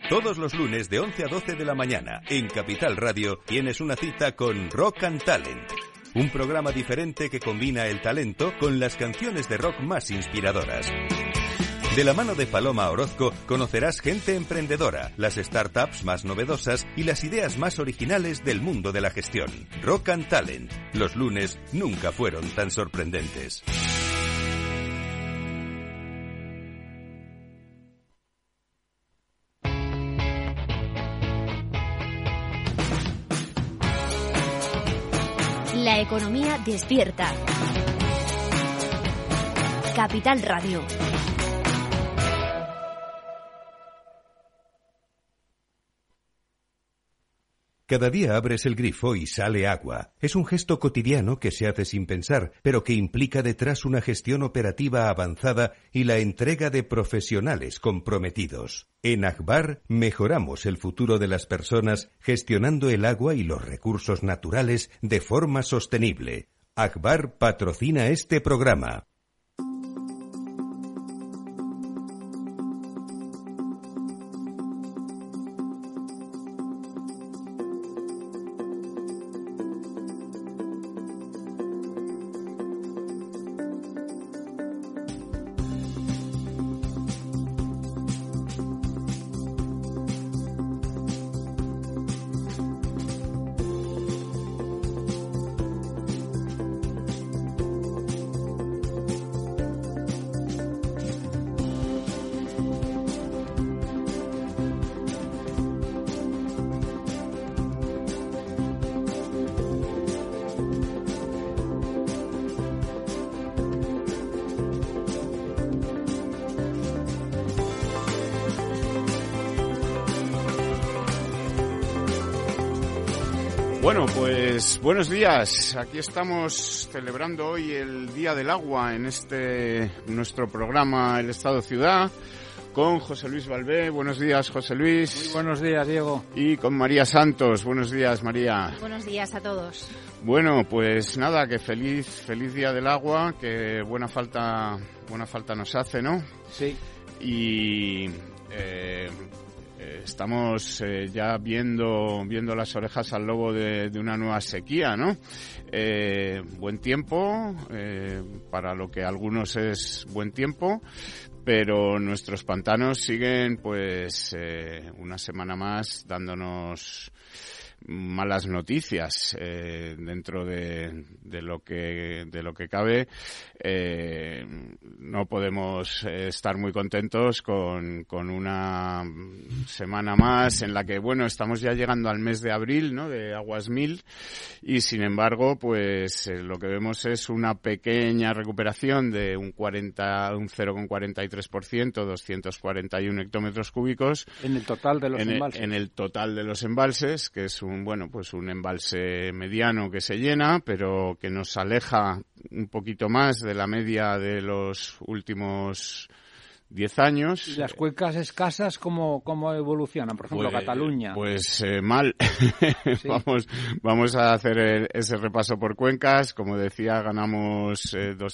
Todos los lunes de 11 a 12 de la mañana, en Capital Radio, tienes una cita con Rock and Talent. Un programa diferente que combina el talento con las canciones de rock más inspiradoras. De la mano de Paloma Orozco conocerás gente emprendedora, las startups más novedosas y las ideas más originales del mundo de la gestión. Rock and Talent. Los lunes nunca fueron tan sorprendentes. La economía despierta. Capital Radio. Cada día abres el grifo y sale agua. Es un gesto cotidiano que se hace sin pensar, pero que implica detrás una gestión operativa avanzada y la entrega de profesionales comprometidos. En Agbar mejoramos el futuro de las personas gestionando el agua y los recursos naturales de forma sostenible. Agbar patrocina este programa. Bueno, pues buenos días. Aquí estamos celebrando hoy el Día del Agua en nuestro programa El Estado Ciudad con José Luis Balbé. Buenos días, José Luis. Muy buenos días, Diego. Y con María Santos. Buenos días, María. Buenos días a todos. Bueno, pues nada, que feliz Día del Agua, que buena falta nos hace, ¿no? Sí. Y estamos ya viendo las orejas al lobo de una nueva sequía, ¿no? Buen tiempo, para lo que algunos es buen tiempo, pero nuestros pantanos siguen, pues, una semana más dándonos malas noticias dentro de lo que cabe. No podemos estar muy contentos con una semana más en la que, bueno, estamos ya llegando al mes de abril, ¿no?, de Aguas 1000, y sin embargo, pues lo que vemos es una pequeña recuperación de un 0,43%, 241 hectómetros cúbicos en el total de los embalses. En el total de los embalses, que es un embalse mediano que se llena, pero que nos aleja un poquito más de la media de los últimos 10 años. ¿Y las cuencas escasas cómo evolucionan? Por ejemplo, Cataluña. Pues mal. Sí. Vamos a hacer ese repaso por cuencas. Como decía, ganamos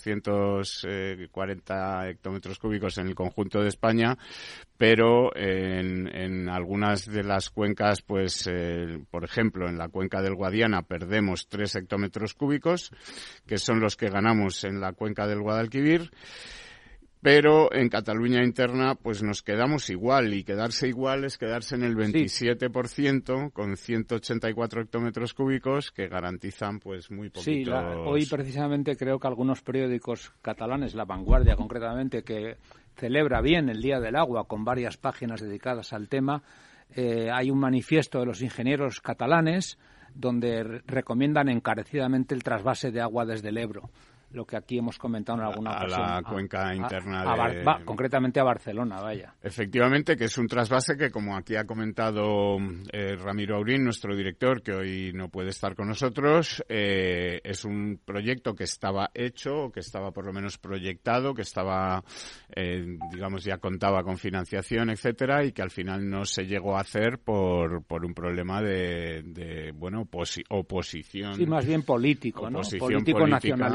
240 hectómetros cúbicos en el conjunto de España, pero en algunas de las cuencas, pues, por ejemplo, en la cuenca del Guadiana perdemos 3 hectómetros cúbicos, que son los que ganamos en la cuenca del Guadalquivir. Pero en Cataluña interna, pues nos quedamos igual, y quedarse igual es quedarse en el 27%, con 184 hectómetros cúbicos, que garantizan, pues, muy poquitos. Sí, hoy precisamente creo que algunos periódicos catalanes, La Vanguardia concretamente, que celebra bien el Día del Agua con varias páginas dedicadas al tema, hay un manifiesto de los ingenieros catalanes donde recomiendan encarecidamente el trasvase de agua desde el Ebro, lo que aquí hemos comentado en alguna ocasión. A la cuenca interna concretamente a Barcelona, vaya. Efectivamente, que es un trasvase que, como aquí ha comentado Ramiro Aurín, nuestro director, que hoy no puede estar con nosotros, es un proyecto que estaba hecho, que estaba por lo menos proyectado, que estaba, digamos, ya contaba con financiación, etcétera, y que al final no se llegó a hacer por un problema de oposición. Sí, más bien político, ¿no? Político nacionalista.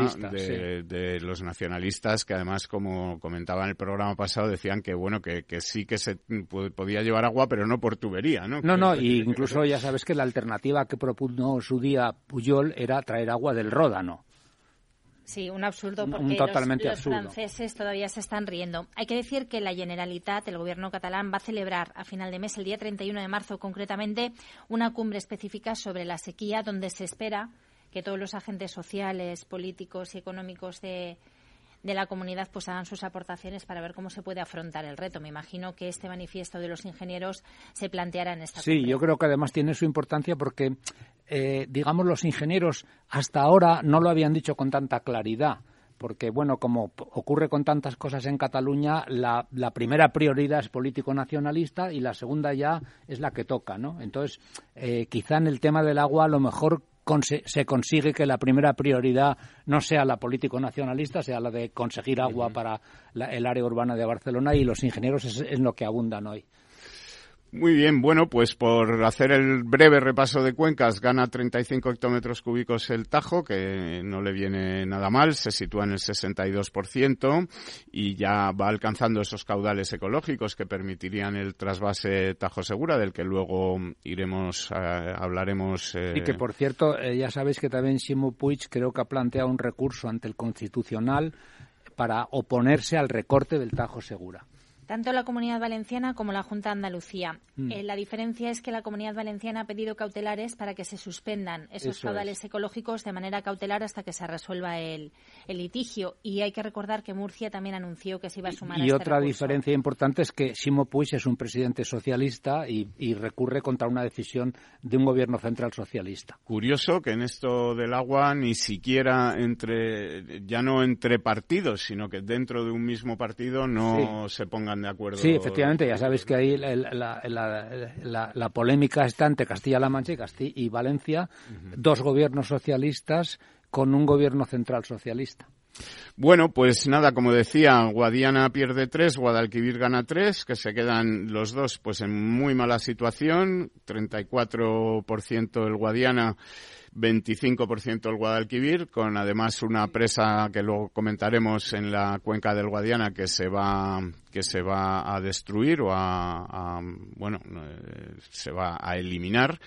de los nacionalistas, que además, como comentaba en el programa pasado, decían que bueno que sí que se podía llevar agua, pero no por tubería, ¿no? No, y incluso ya sabes que la alternativa que propuso su día Pujol era traer agua del Ródano. Sí, un absurdo, porque los franceses todavía se están riendo. Hay que decir que la Generalitat, el gobierno catalán, va a celebrar a final de mes, el día 31 de marzo concretamente, una cumbre específica sobre la sequía, donde se espera que todos los agentes sociales, políticos y económicos de la comunidad pues hagan sus aportaciones para ver cómo se puede afrontar el reto. Me imagino que este manifiesto de los ingenieros se planteará en esta cumbre. Sí, yo creo que además tiene su importancia porque, digamos, los ingenieros hasta ahora no lo habían dicho con tanta claridad. Porque, bueno, como ocurre con tantas cosas en Cataluña, la primera prioridad es político nacionalista y la segunda ya es la que toca, ¿no? Entonces, quizá en el tema del agua a lo mejor se consigue que la primera prioridad no sea la político nacionalista, sea la de conseguir agua para el área urbana de Barcelona, y los ingenieros es lo que abundan hoy. Muy bien, bueno, pues por hacer el breve repaso de cuencas, gana 35 hectómetros cúbicos el Tajo, que no le viene nada mal, se sitúa en el 62% y ya va alcanzando esos caudales ecológicos que permitirían el trasvase Tajo Segura, del que luego hablaremos. Y que, por cierto, ya sabéis que también Ximo Puig creo que ha planteado un recurso ante el Constitucional para oponerse al recorte del Tajo Segura. Tanto la Comunidad Valenciana como la Junta de Andalucía. La diferencia es que la Comunidad Valenciana ha pedido cautelares para que se suspendan esos caudales ecológicos de manera cautelar hasta que se resuelva el litigio. Y hay que recordar que Murcia también anunció que se iba a sumar a este recurso. Y otra recurso. Diferencia importante es que Ximo Puig es un presidente socialista y recurre contra una decisión de un gobierno central socialista. Curioso que en esto del agua ni siquiera ya no entre partidos, sino que dentro de un mismo partido no se pongan de acuerdo. Sí, efectivamente, ya sabes que ahí la polémica está entre Castilla-La Mancha y Valencia, dos gobiernos socialistas con un gobierno central socialista. Bueno, pues nada, como decía, Guadiana pierde 3, Guadalquivir gana 3, que se quedan los dos pues en muy mala situación, 34% el Guadiana, 25% el Guadalquivir, con además una presa que luego comentaremos en la cuenca del Guadiana que se va a destruir o se va a eliminar.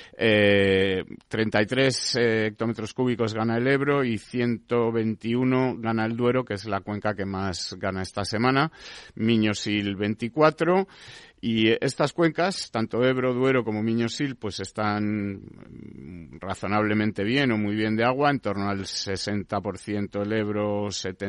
33 hectómetros cúbicos gana el Ebro y 121 gana el Duero, que es la cuenca que más gana esta semana. Miño-Sil 24. Y estas cuencas, tanto Ebro, Duero como Miño-Sil, pues están razonablemente bien o muy bien de agua, en torno al 60% el Ebro,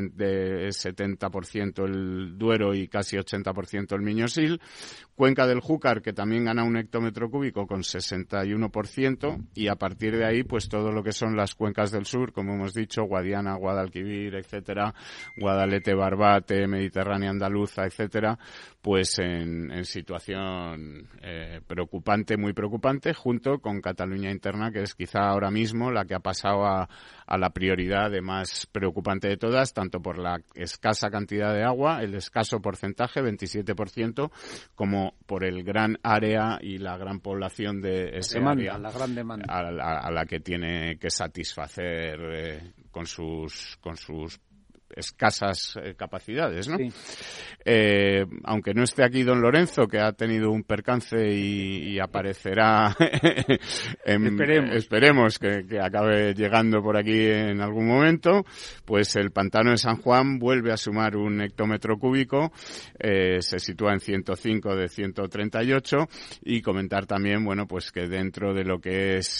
70% el Duero y casi 80% el Miño-Sil. Cuenca del Júcar, que también gana un hectómetro cúbico con 61%, y a partir de ahí, pues todo lo que son las cuencas del sur, como hemos dicho, Guadiana, Guadalquivir, etcétera, Guadalete, Barbate, Mediterránea andaluza, etcétera, pues en situación preocupante, muy preocupante, junto con Cataluña interna, que es quizá ahora mismo la que ha pasado a la prioridad de más preocupante de todas, tanto por la escasa cantidad de agua, el escaso porcentaje, 27%, como por el gran área y la gran población de ese área, la gran demanda a la que tiene que satisfacer con sus escasas capacidades, ¿no? Sí. Aunque no esté aquí don Lorenzo, que ha tenido un percance y aparecerá esperemos que acabe llegando por aquí en algún momento, pues el pantano de San Juan vuelve a sumar un hectómetro cúbico, se sitúa en 105 de 138, y comentar también, bueno, pues que dentro de lo que es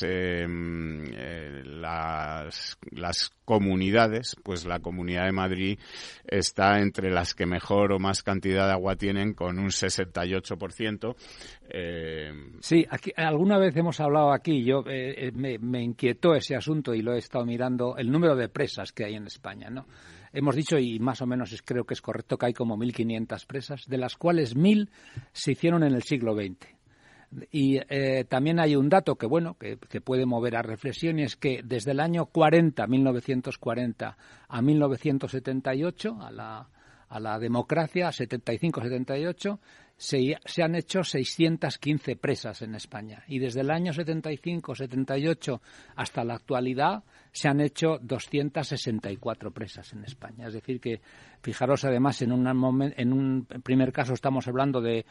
las comunidades, pues la Comunidad de Madrid está entre las que mejor o más cantidad de agua tienen, con un 68%. Sí, aquí, alguna vez hemos hablado aquí, yo me inquietó ese asunto y lo he estado mirando, el número de presas que hay en España, ¿no? Hemos dicho, y más o menos creo que es correcto, que hay como 1.500 presas, de las cuales 1.000 se hicieron en el siglo XX. Y también hay un dato que puede mover a reflexión, y es que desde el año 1940 a 1978, a la democracia, 75-78, se han hecho 615 presas en España y desde el año 75-78 hasta la actualidad se han hecho 264 presas en España. Es decir que, fijaros, además, en un primer caso estamos hablando de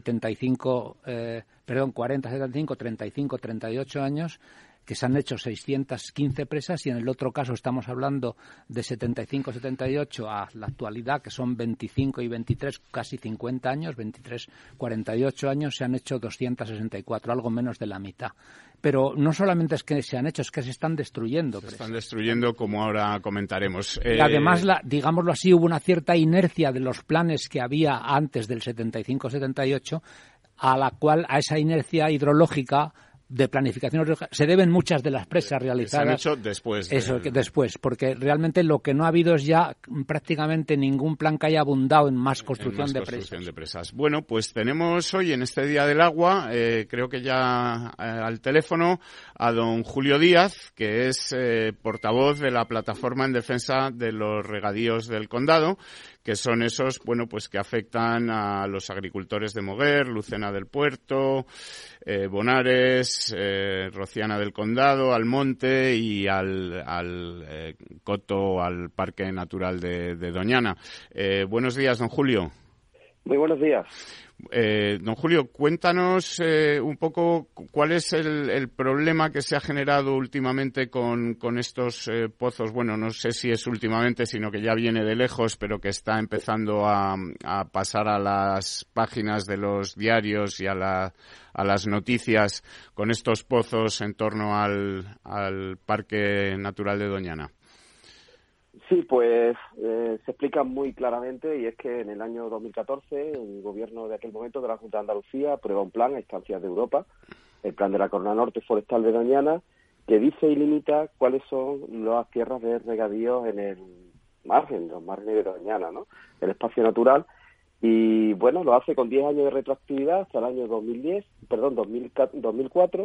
40, 75, 35, 38 años, que se han hecho 615 presas, y en el otro caso estamos hablando de 75-78 a la actualidad, que son 25 y 23, casi 50 años, 23, 48 años, se han hecho 264, algo menos de la mitad. Pero no solamente es que se han hecho, es que se están destruyendo. Se están destruyendo, como ahora comentaremos. Y además, digámoslo así, hubo una cierta inercia de los planes que había antes del 75-78, a esa inercia hidrológica de planificación se deben muchas de las presas realizadas. Se han hecho después. Después, porque realmente lo que no ha habido es ya prácticamente ningún plan que haya abundado en más construcción de presas. Bueno, pues tenemos hoy, en este Día del Agua, creo que ya al teléfono, a don Julio Díaz, que es portavoz de la Plataforma en Defensa de los Regadíos del Condado, que son esos, bueno, pues que afectan a los agricultores de Moguer, Lucena del Puerto, Bonares, Rociana del Condado, Almonte y al Coto, al Parque Natural de Doñana. Buenos días, don Julio. Muy buenos días. Don Julio, cuéntanos un poco cuál es el problema que se ha generado últimamente con estos pozos. Bueno, no sé si es últimamente, sino que ya viene de lejos, pero que está empezando a pasar a las páginas de los diarios y a las noticias con estos pozos en torno al Parque Natural de Doñana. Sí, pues se explica muy claramente, y es que en el año 2014 el gobierno de aquel momento de la Junta de Andalucía aprueba un plan a instancias de Europa, el plan de la Corona Norte Forestal de Doñana, que dice y limita cuáles son las tierras de regadío en el margen, los márgenes de Doñana, ¿no? El espacio natural. Y bueno, lo hace con 10 años de retroactividad hasta el año 2004,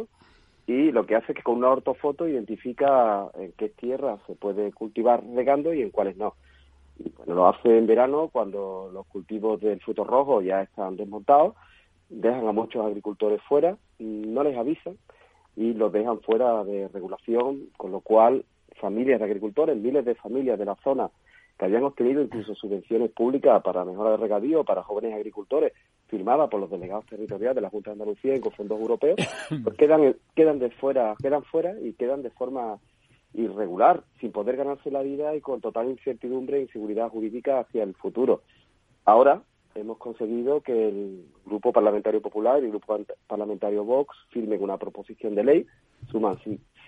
y lo que hace es que con una ortofoto identifica en qué tierras se puede cultivar regando y en cuáles no. Y bueno, lo hace en verano, cuando los cultivos del fruto rojo ya están desmontados, dejan a muchos agricultores fuera, no les avisan y los dejan fuera de regulación, con lo cual familias de agricultores, miles de familias de la zona que habían obtenido incluso subvenciones públicas para mejora de regadío, para jóvenes agricultores, firmadas por los delegados territoriales de la Junta de Andalucía y con fondos europeos, pues quedan fuera y quedan de forma irregular, sin poder ganarse la vida y con total incertidumbre e inseguridad jurídica hacia el futuro. Ahora hemos conseguido que el Grupo Parlamentario Popular y el Grupo Parlamentario Vox firmen una proposición de ley, suman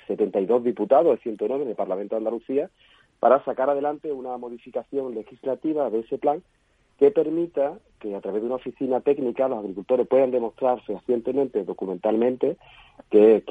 72 diputados de 109 en el Parlamento de Andalucía, para sacar adelante una modificación legislativa de ese plan que permita que a través de una oficina técnica los agricultores puedan demostrar fehacientemente, documentalmente, que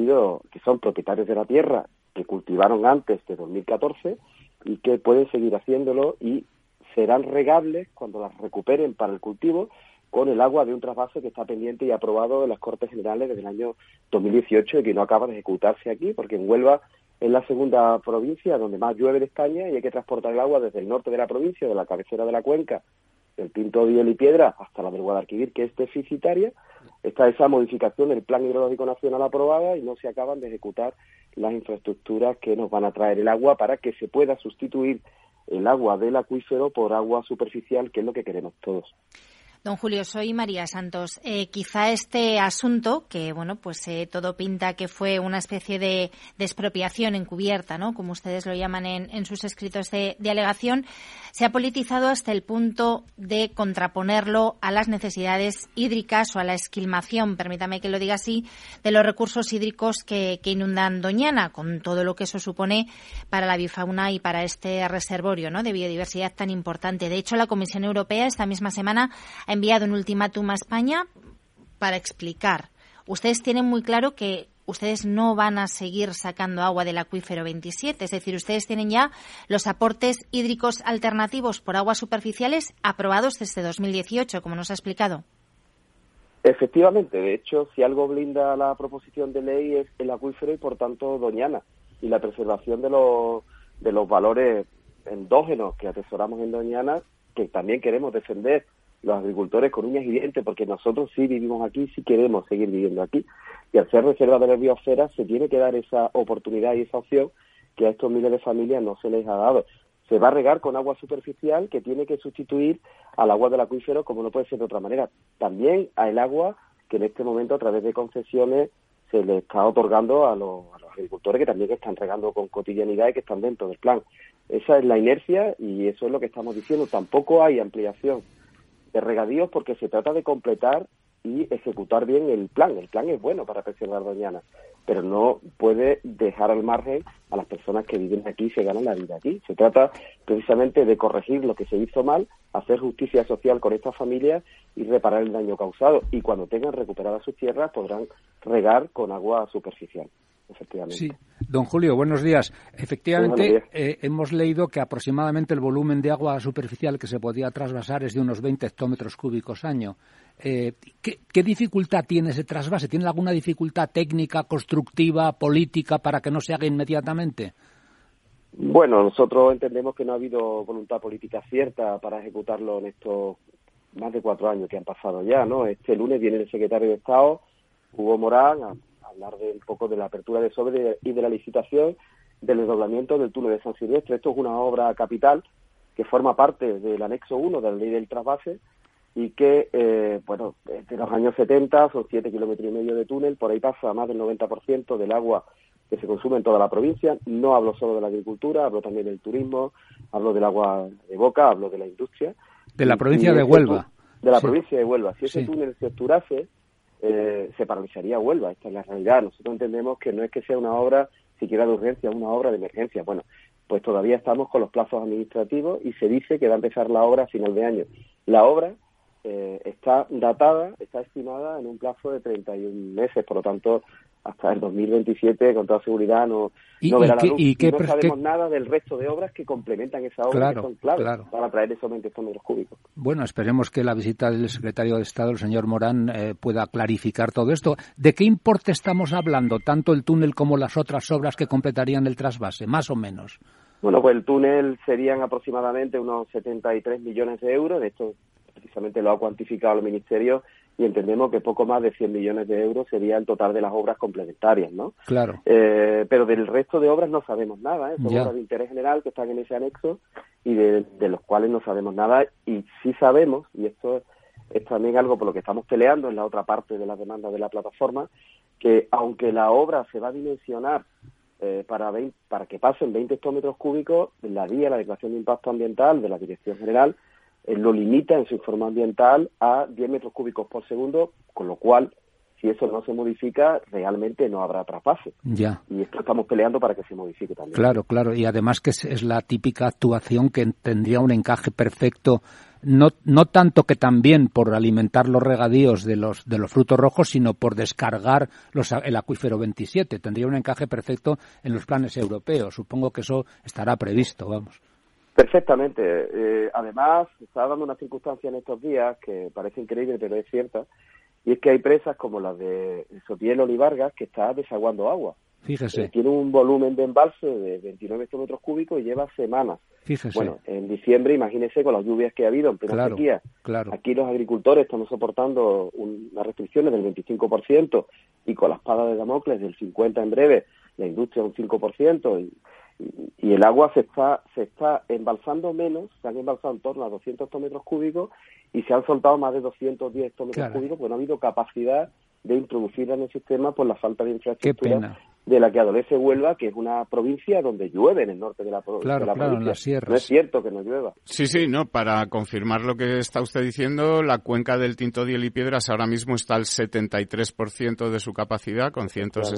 son propietarios de la tierra que cultivaron antes de 2014 y que pueden seguir haciéndolo y serán regables cuando las recuperen para el cultivo con el agua de un trasvase que está pendiente y aprobado en las Cortes Generales desde el año 2018 y que no acaba de ejecutarse aquí, porque en Huelva es la segunda provincia donde más llueve de España y hay que transportar el agua desde el norte de la provincia, de la cabecera de la cuenca, del Pinto, Diel y Piedra, hasta la del Guadalquivir, que es deficitaria. Está esa modificación del Plan Hidrológico Nacional aprobada y no se acaban de ejecutar las infraestructuras que nos van a traer el agua para que se pueda sustituir el agua del acuífero por agua superficial, que es lo que queremos todos. Don Julio, soy María Santos. Quizá este asunto, que bueno, pues todo pinta que fue una especie de expropiación encubierta, ¿no?, como ustedes lo llaman en sus escritos de alegación, se ha politizado hasta el punto de contraponerlo a las necesidades hídricas o a la esquilmación, permítame que lo diga así, de los recursos hídricos que inundan Doñana, con todo lo que eso supone para la bifauna y para este reservorio, ¿no?, de biodiversidad tan importante. De hecho, la Comisión Europea esta misma semana ha enviado un ultimátum a España para explicar. Ustedes tienen muy claro que ustedes no van a seguir sacando agua del acuífero 27, es decir, ustedes tienen ya los aportes hídricos alternativos por aguas superficiales aprobados desde 2018, como nos ha explicado. Efectivamente, de hecho, si algo blinda la proposición de ley es el acuífero y, por tanto, Doñana, y la preservación de los valores endógenos que atesoramos en Doñana, que también queremos defender los agricultores con uñas y dientes, porque nosotros sí vivimos aquí, sí queremos seguir viviendo aquí, y al ser reserva de la biosfera se tiene que dar esa oportunidad y esa opción que a estos miles de familias no se les ha dado. Se va a regar con agua superficial que tiene que sustituir al agua del acuífero, como no puede ser de otra manera. También al agua que en este momento, a través de concesiones, se le está otorgando a los agricultores que también están regando con cotidianidad y que están dentro del plan. Esa es la inercia y eso es lo que estamos diciendo. Tampoco hay ampliación de regadíos porque se trata de completar y ejecutar bien el plan. El plan es bueno para preservar Doñana, pero no puede dejar al margen a las personas que viven aquí y se ganan la vida aquí. Se trata precisamente de corregir lo que se hizo mal, hacer justicia social con estas familias y reparar el daño causado. Y cuando tengan recuperadas sus tierras podrán regar con agua superficial. Efectivamente. Sí, don Julio, buenos días. Efectivamente, hemos leído que aproximadamente el volumen de agua superficial que se podía trasvasar es de unos 20 hectómetros cúbicos año. ¿Qué dificultad tiene ese trasvase? ¿Tiene alguna dificultad técnica, constructiva, política para que no se haga inmediatamente? Bueno, nosotros entendemos que no ha habido voluntad política cierta para ejecutarlo en estos más de 4 años que han pasado ya, ¿no? Este lunes viene el secretario de Estado, Hugo Morán, a hablar de un poco de la apertura de sobre y de la licitación del desdoblamiento del túnel de San Silvestre. Esto es una obra capital que forma parte del anexo 1 de la ley del trasvase y que, desde los años 70 son 7,5 kilómetros de túnel, por ahí pasa más del 90% del agua que se consume en toda la provincia. No hablo solo de la agricultura, hablo también del turismo, hablo del agua de boca, hablo de la industria. De la provincia de Huelva. De la provincia de Huelva. Si ese túnel se obturase, se paralizaría Huelva. Esta es la realidad. Nosotros entendemos que no es que sea una obra siquiera de urgencia, una obra de emergencia. Bueno, pues todavía estamos con los plazos administrativos y se dice que va a empezar la obra a final de año. La obra está datada, está estimada en un plazo de 31 meses, por lo tanto, hasta el 2027, con toda seguridad, no verá la luz. No sabemos nada del resto de obras que complementan esa obra, que son claves para traer esos 20 hectómetros cúbicos. Bueno, esperemos que la visita del secretario de Estado, el señor Morán, pueda clarificar todo esto. ¿De qué importe estamos hablando, tanto el túnel como las otras obras que completarían el trasvase, más o menos? Bueno, pues el túnel serían aproximadamente unos 73 millones de euros. De esto precisamente lo ha cuantificado el Ministerio y entendemos que poco más de 100 millones de euros sería el total de las obras complementarias, ¿no? Claro. Pero del resto de obras no sabemos nada, Son obras de interés general que están en ese anexo y de los cuales no sabemos nada. Y sí sabemos, y esto es también algo por lo que estamos peleando en la otra parte de la demanda de la plataforma, que aunque la obra se va a dimensionar para que pasen 20 hectómetros cúbicos, la declaración de impacto ambiental de la Dirección General lo limita en su informe ambiental a 10 metros cúbicos por segundo, con lo cual, si eso no se modifica, realmente no habrá trasvase. Ya. Y esto estamos peleando para que se modifique también. Claro. Y además que es la típica actuación que tendría un encaje perfecto, no tanto que también por alimentar los regadíos de los frutos rojos, sino por descargar el acuífero 27. Tendría un encaje perfecto en los planes europeos. Supongo que eso estará previsto, vamos. Perfectamente. Además, se está dando una circunstancia en estos días que parece increíble, pero es cierta, y es que hay presas como las de Sotiel Olivargas que está desaguando agua. Fíjese. Tiene un volumen de embalse de 29 hectómetros cúbicos y lleva semanas. Fíjese. Bueno, en diciembre, imagínese con las lluvias que ha habido en plena sequía. Claro. Aquí los agricultores estamos soportando unas restricciones del 25% y con la espada de Damocles del 50% en breve, la industria un 5%, y el agua se está embalsando menos, se han embalsado en torno a 200 hectómetros cúbicos y se han soltado más de 210 hectómetros cúbicos, porque no ha habido capacidad de introducirla en el sistema por la falta de infraestructura de la que adolece Huelva, que es una provincia donde llueve en el norte de la provincia. En las sierras. No es cierto que no llueva. Sí, no, para confirmar lo que está usted diciendo, la cuenca del Tinto Diel y Piedras ahora mismo está al 73% de su capacidad, con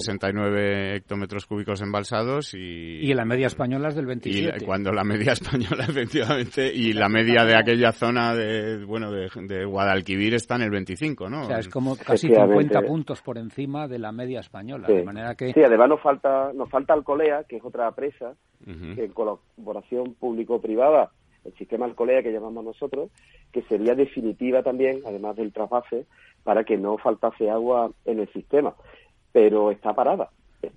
169 hectómetros cúbicos embalsados y la media española es del 27. Cuando la media española, efectivamente, y la media de aquella zona de Guadalquivir está en el 25, ¿no? O sea, es como casi 50 puntos por encima de la media española, de manera que... Sí, además nos falta Alcolea, que es otra presa, que en colaboración público-privada, el sistema Alcolea que llamamos nosotros, que sería definitiva también, además del trasvase, para que no faltase agua en el sistema. Pero está parada.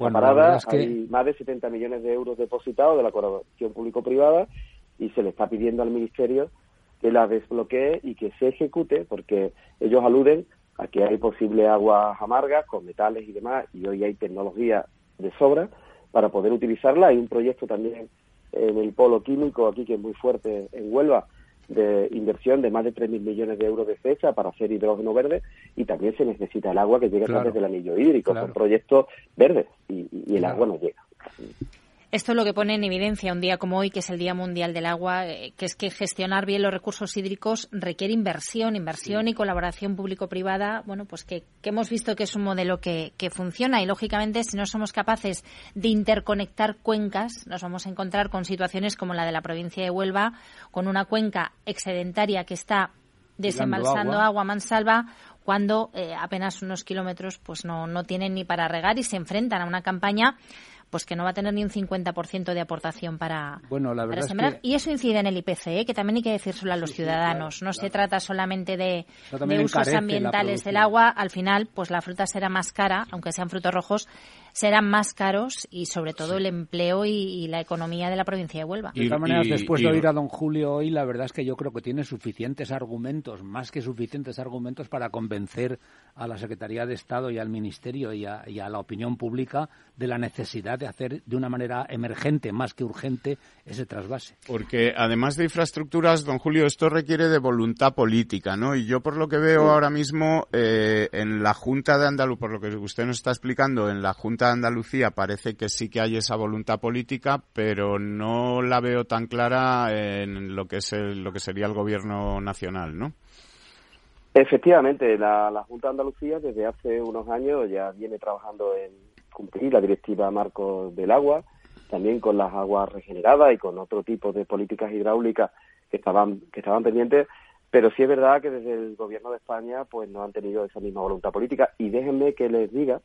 Hay más de 70 millones de euros depositados de la colaboración público-privada y se le está pidiendo al Ministerio que la desbloquee y que se ejecute, porque ellos aluden a que hay posibles aguas amargas con metales y demás, y hoy hay tecnología de sobra para poder utilizarla. Hay un proyecto también en el polo químico aquí que es muy fuerte en Huelva, de inversión de más de 3.000 millones de euros de fecha para hacer hidrógeno verde, y también se necesita el agua que llega a través del anillo hídrico. Son proyectos verdes y el agua no llega. Esto es lo que pone en evidencia un día como hoy, que es el Día Mundial del Agua, que es que gestionar bien los recursos hídricos requiere inversión y colaboración público-privada, bueno, pues que hemos visto que es un modelo que funciona, y lógicamente si no somos capaces de interconectar cuencas, nos vamos a encontrar con situaciones como la de la provincia de Huelva, con una cuenca excedentaria que está desembalsando agua a mansalva, cuando apenas unos kilómetros pues no tienen ni para regar, y se enfrentan a una campaña pues que no va a tener ni un 50% de aportación para sembrar. Y eso incide en el IPC, que también hay que decírselo a los ciudadanos. No se trata solamente de usos ambientales del agua. Al final, pues la fruta será más cara, aunque sean frutos rojos, serán más caros, y sobre todo el empleo y la economía de la provincia de Huelva. De todas maneras, después de oír a don Julio hoy, la verdad es que yo creo que tiene suficientes argumentos, más que suficientes argumentos, para convencer a la Secretaría de Estado y al Ministerio y a la opinión pública de la necesidad de hacer de una manera emergente, más que urgente, ese trasvase. Porque además de infraestructuras, don Julio, esto requiere de voluntad política, ¿no? Y yo por lo que veo ahora mismo en la Junta de Andalucía, por lo que usted nos está explicando, en la Junta de Andalucía parece que sí que hay esa voluntad política, pero no la veo tan clara en lo que es lo que sería el Gobierno nacional, ¿no? Efectivamente, la Junta de Andalucía desde hace unos años ya viene trabajando en cumplir la Directiva Marco del Agua, también con las aguas regeneradas y con otro tipo de políticas hidráulicas que estaban pendientes, pero sí es verdad que desde el Gobierno de España pues no han tenido esa misma voluntad política. Y déjenme que les diga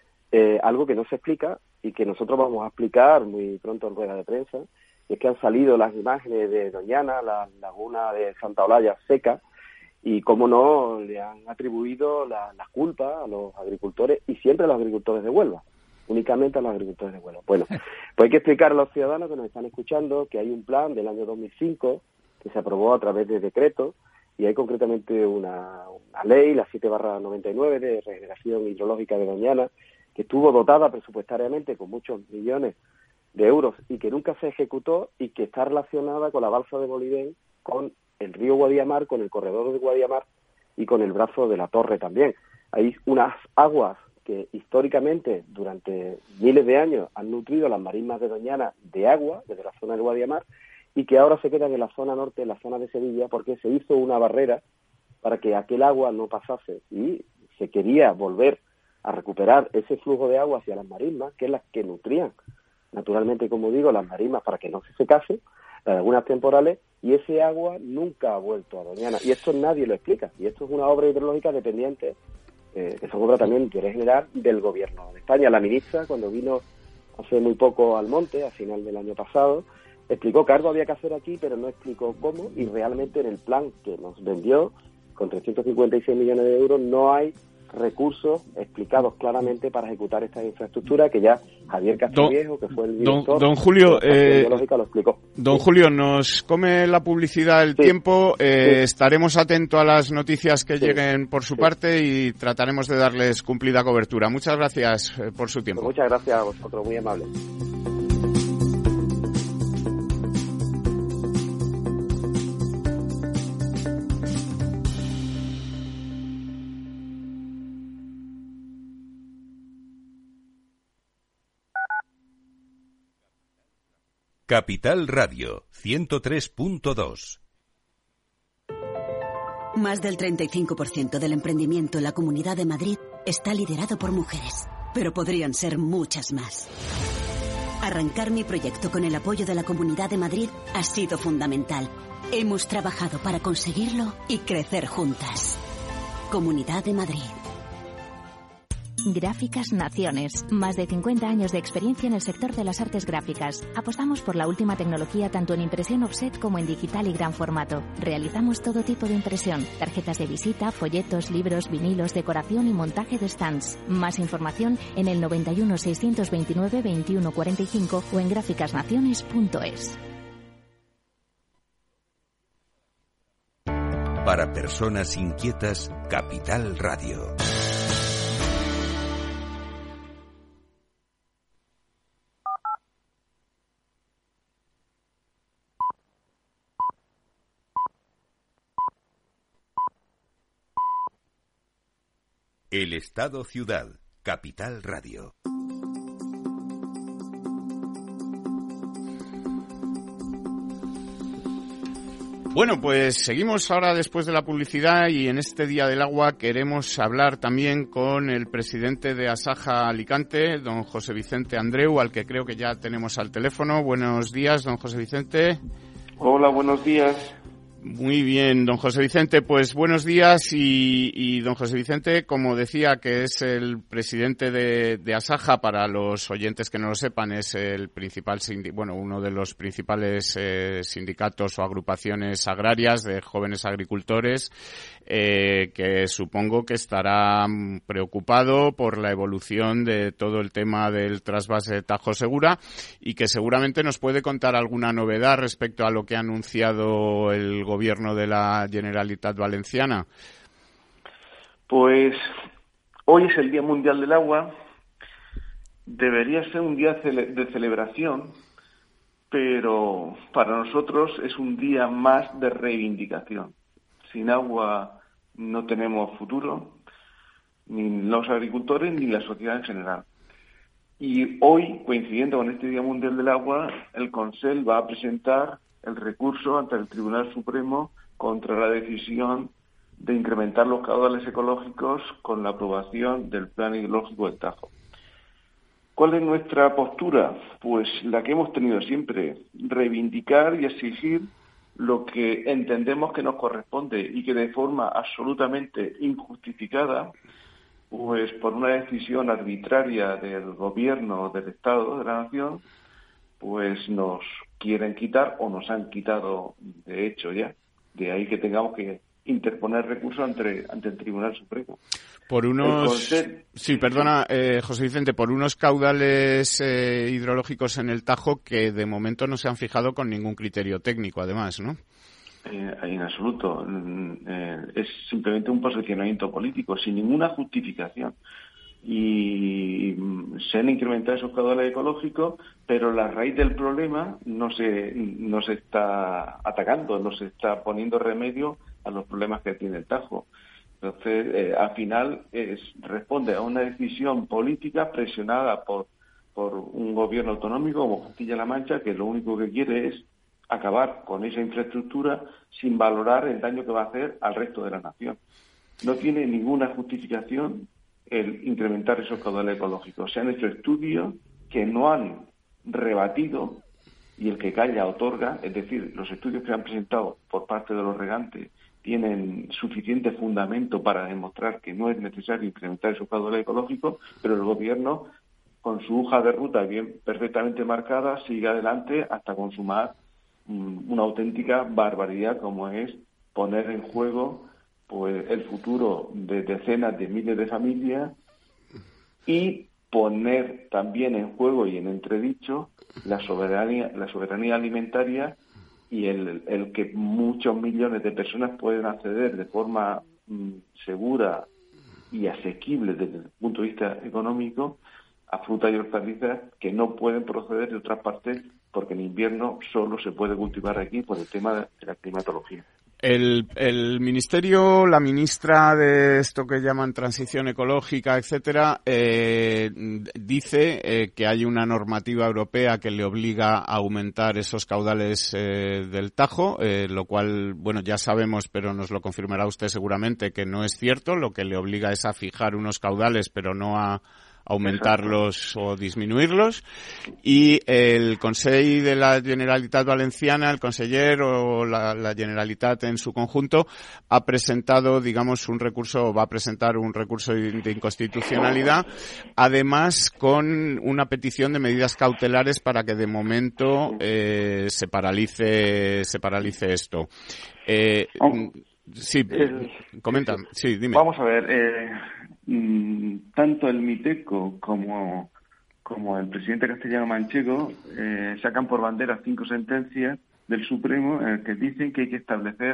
algo que no se explica y que nosotros vamos a explicar muy pronto en rueda de prensa, y es que han salido las imágenes de Doñana, la laguna de Santa Olalla seca, y cómo no le han atribuido la culpa a los agricultores, y siempre a los agricultores de Huelva, únicamente a los agricultores de Huelva. Bueno, pues hay que explicar a los ciudadanos que nos están escuchando que hay un plan del año 2005 que se aprobó a través de decreto, y hay concretamente una ley, la 7/99 de regeneración hidrológica de Doñana, que estuvo dotada presupuestariamente con muchos millones de euros y que nunca se ejecutó, y que está relacionada con la balsa de Bolivén, con el río Guadiamar, con el corredor de Guadiamar y con el brazo de la Torre también. Hay unas aguas que históricamente durante miles de años han nutrido las marismas de Doñana de agua desde la zona del Guadiamar, y que ahora se quedan en la zona norte, en la zona de Sevilla, porque se hizo una barrera para que aquel agua no pasase, y se quería volver a recuperar ese flujo de agua hacia las marismas, que es las que nutrían naturalmente, como digo, las marismas para que no se secasen, las lagunas temporales, y ese agua nunca ha vuelto a Doñana, y esto nadie lo explica, y esto es una obra hidrológica dependiente, que son obra también de interés general del Gobierno de España. La ministra, cuando vino hace muy poco al monte, a final del año pasado, explicó que algo había que hacer aquí, pero no explicó cómo, y realmente en el plan que nos vendió, con 356 millones de euros, no hay recursos explicados claramente para ejecutar estas infraestructuras, que ya Javier Castroviejo, que fue el director don Julio, lo explicó. Don Julio, nos come la publicidad el tiempo. Estaremos atentos a las noticias que lleguen por su parte y trataremos de darles cumplida cobertura. Muchas gracias por su tiempo. Pues muchas gracias a vosotros, muy amable. Capital Radio 103.2. Más del 35% del emprendimiento en la Comunidad de Madrid está liderado por mujeres, pero podrían ser muchas más. Arrancar mi proyecto con el apoyo de la Comunidad de Madrid ha sido fundamental. Hemos trabajado para conseguirlo y crecer juntas. Comunidad de Madrid. Gráficas Naciones. Más de 50 años de experiencia en el sector de las artes gráficas. Apostamos por la última tecnología tanto en impresión offset como en digital y gran formato. Realizamos todo tipo de impresión. Tarjetas de visita, folletos, libros, vinilos, decoración y montaje de stands. Más información en el 91 629 21 45 o en gráficasnaciones.es. Para personas inquietas, Capital Radio. El Estado Ciudad, Capital Radio. Bueno, pues seguimos ahora después de la publicidad y en este Día del Agua queremos hablar también con el presidente de Asaja Alicante, don José Vicente Andreu, al que creo que ya tenemos al teléfono. Buenos días, don José Vicente. Hola, buenos días. Muy bien, don José Vicente, pues buenos días y don José Vicente, como decía, que es el presidente de Asaja, para los oyentes que no lo sepan, es el principal uno de los principales sindicatos o agrupaciones agrarias de jóvenes agricultores, que supongo que estará preocupado por la evolución de todo el tema del trasvase Tajo Segura y que seguramente nos puede contar alguna novedad respecto a lo que ha anunciado el gobierno de la Generalitat Valenciana. Pues hoy es el Día Mundial del Agua. Debería ser un día de celebración, pero para nosotros es un día más de reivindicación. Sin agua no tenemos futuro, ni los agricultores ni la sociedad en general. Y hoy, coincidiendo con este Día Mundial del Agua, el Consell va a presentar el recurso ante el Tribunal Supremo contra la decisión de incrementar los caudales ecológicos con la aprobación del Plan Hidrológico del Tajo. ¿Cuál es nuestra postura? Pues la que hemos tenido siempre, reivindicar y exigir lo que entendemos que nos corresponde y que de forma absolutamente injustificada, pues por una decisión arbitraria del gobierno, del Estado, de la Nación, pues nos quieren quitar o nos han quitado de hecho ya. De ahí que tengamos que interponer recursos ante el Tribunal Supremo. Por unos... Sí, perdona, José Vicente, por unos caudales hidrológicos en el Tajo que de momento no se han fijado con ningún criterio técnico, además, ¿no? En absoluto. Es simplemente un posicionamiento político, sin ninguna justificación. Y se han incrementado esos caudales ecológicos, pero la raíz del problema no se está atacando, no se está poniendo remedio a los problemas que tiene el Tajo. Entonces, al final responde a una decisión política presionada por un gobierno autonómico como Castilla-La Mancha, que lo único que quiere es acabar con esa infraestructura sin valorar el daño que va a hacer al resto de la nación. No tiene ninguna justificación el incrementar esos caudales ecológicos. Se han hecho estudios que no han rebatido y el que calla otorga, es decir, los estudios que han presentado por parte de los regantes tienen suficiente fundamento para demostrar que no es necesario incrementar esos caudales ecológicos, pero el gobierno, con su hoja de ruta bien perfectamente marcada, sigue adelante hasta consumar una auténtica barbaridad como es poner en juego pues el futuro de decenas de miles de familias y poner también en juego y en entredicho la soberanía alimentaria y el que muchos millones de personas pueden acceder de forma segura y asequible desde el punto de vista económico a frutas y hortalizas que no pueden proceder de otras partes porque en invierno solo se puede cultivar aquí por el tema de la climatología. El ministerio, la ministra de esto que llaman transición ecológica, etcétera, dice que hay una normativa europea que le obliga a aumentar esos caudales del Tajo, lo cual, bueno, ya sabemos, pero nos lo confirmará usted seguramente, que no es cierto. Lo que le obliga es a fijar unos caudales, pero no a aumentarlos o disminuirlos, y el Consell de la Generalitat Valenciana, el conseller o la Generalitat en su conjunto, ha presentado, digamos, va a presentar un recurso de inconstitucionalidad, además con una petición de medidas cautelares para que de momento se paralice esto. Sí, comenta. Sí, dime. Vamos a ver, tanto el MITECO como el presidente castellano-manchego sacan por bandera 5 sentencias del Supremo en el que dicen que hay que establecer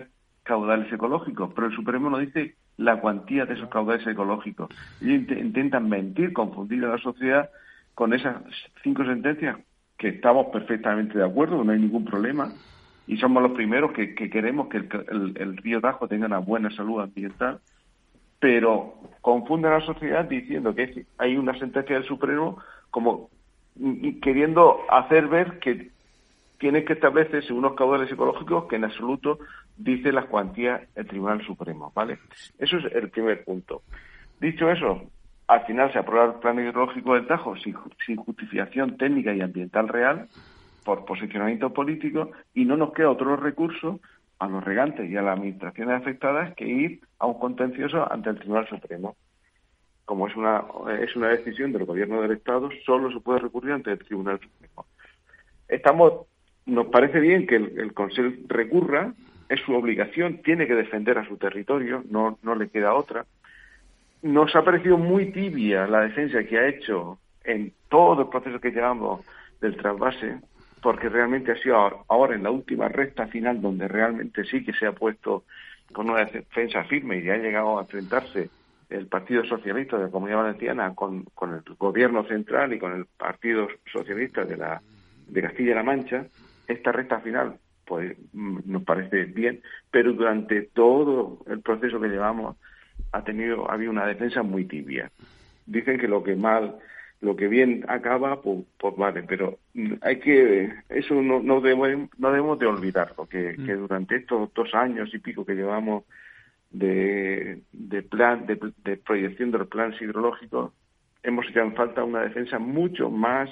caudales ecológicos, pero el Supremo no dice la cuantía de esos caudales ecológicos. Ellos intentan mentir, confundir a la sociedad con esas 5 sentencias que estamos perfectamente de acuerdo, no hay ningún problema, y somos los primeros que queremos que el río Tajo tenga una buena salud ambiental, pero confunden a la sociedad diciendo que hay una sentencia del Supremo como queriendo hacer ver que tiene que establecerse unos caudales ecológicos que en absoluto dice las cuantías el Tribunal Supremo, ¿vale? Eso es el primer punto. Dicho eso, al final se aprueba el plan hidrológico del Tajo sin justificación técnica y ambiental real, por posicionamiento político, y no nos queda otro recurso a los regantes y a las administraciones afectadas que ir a un contencioso ante el Tribunal Supremo. Como es una decisión del Gobierno del Estado, solo se puede recurrir ante el Tribunal Supremo. Nos parece bien que el Consejo recurra, es su obligación, tiene que defender a su territorio, no le queda otra. Nos ha parecido muy tibia la defensa que ha hecho en todo el proceso que llevamos del trasvase, porque realmente ha sido ahora en la última recta final donde realmente sí que se ha puesto con una defensa firme y ha llegado a enfrentarse el Partido Socialista de la Comunidad Valenciana con el Gobierno central y con el Partido Socialista de Castilla-La Mancha. Esta recta final pues nos parece bien, pero durante todo el proceso que llevamos ha habido una defensa muy tibia. Dicen que lo que bien acaba, pues vale, pero eso no debemos de olvidarlo, que durante estos 2 años y pico que llevamos de proyección de los planes hidrológicos, hemos hecho en falta una defensa mucho más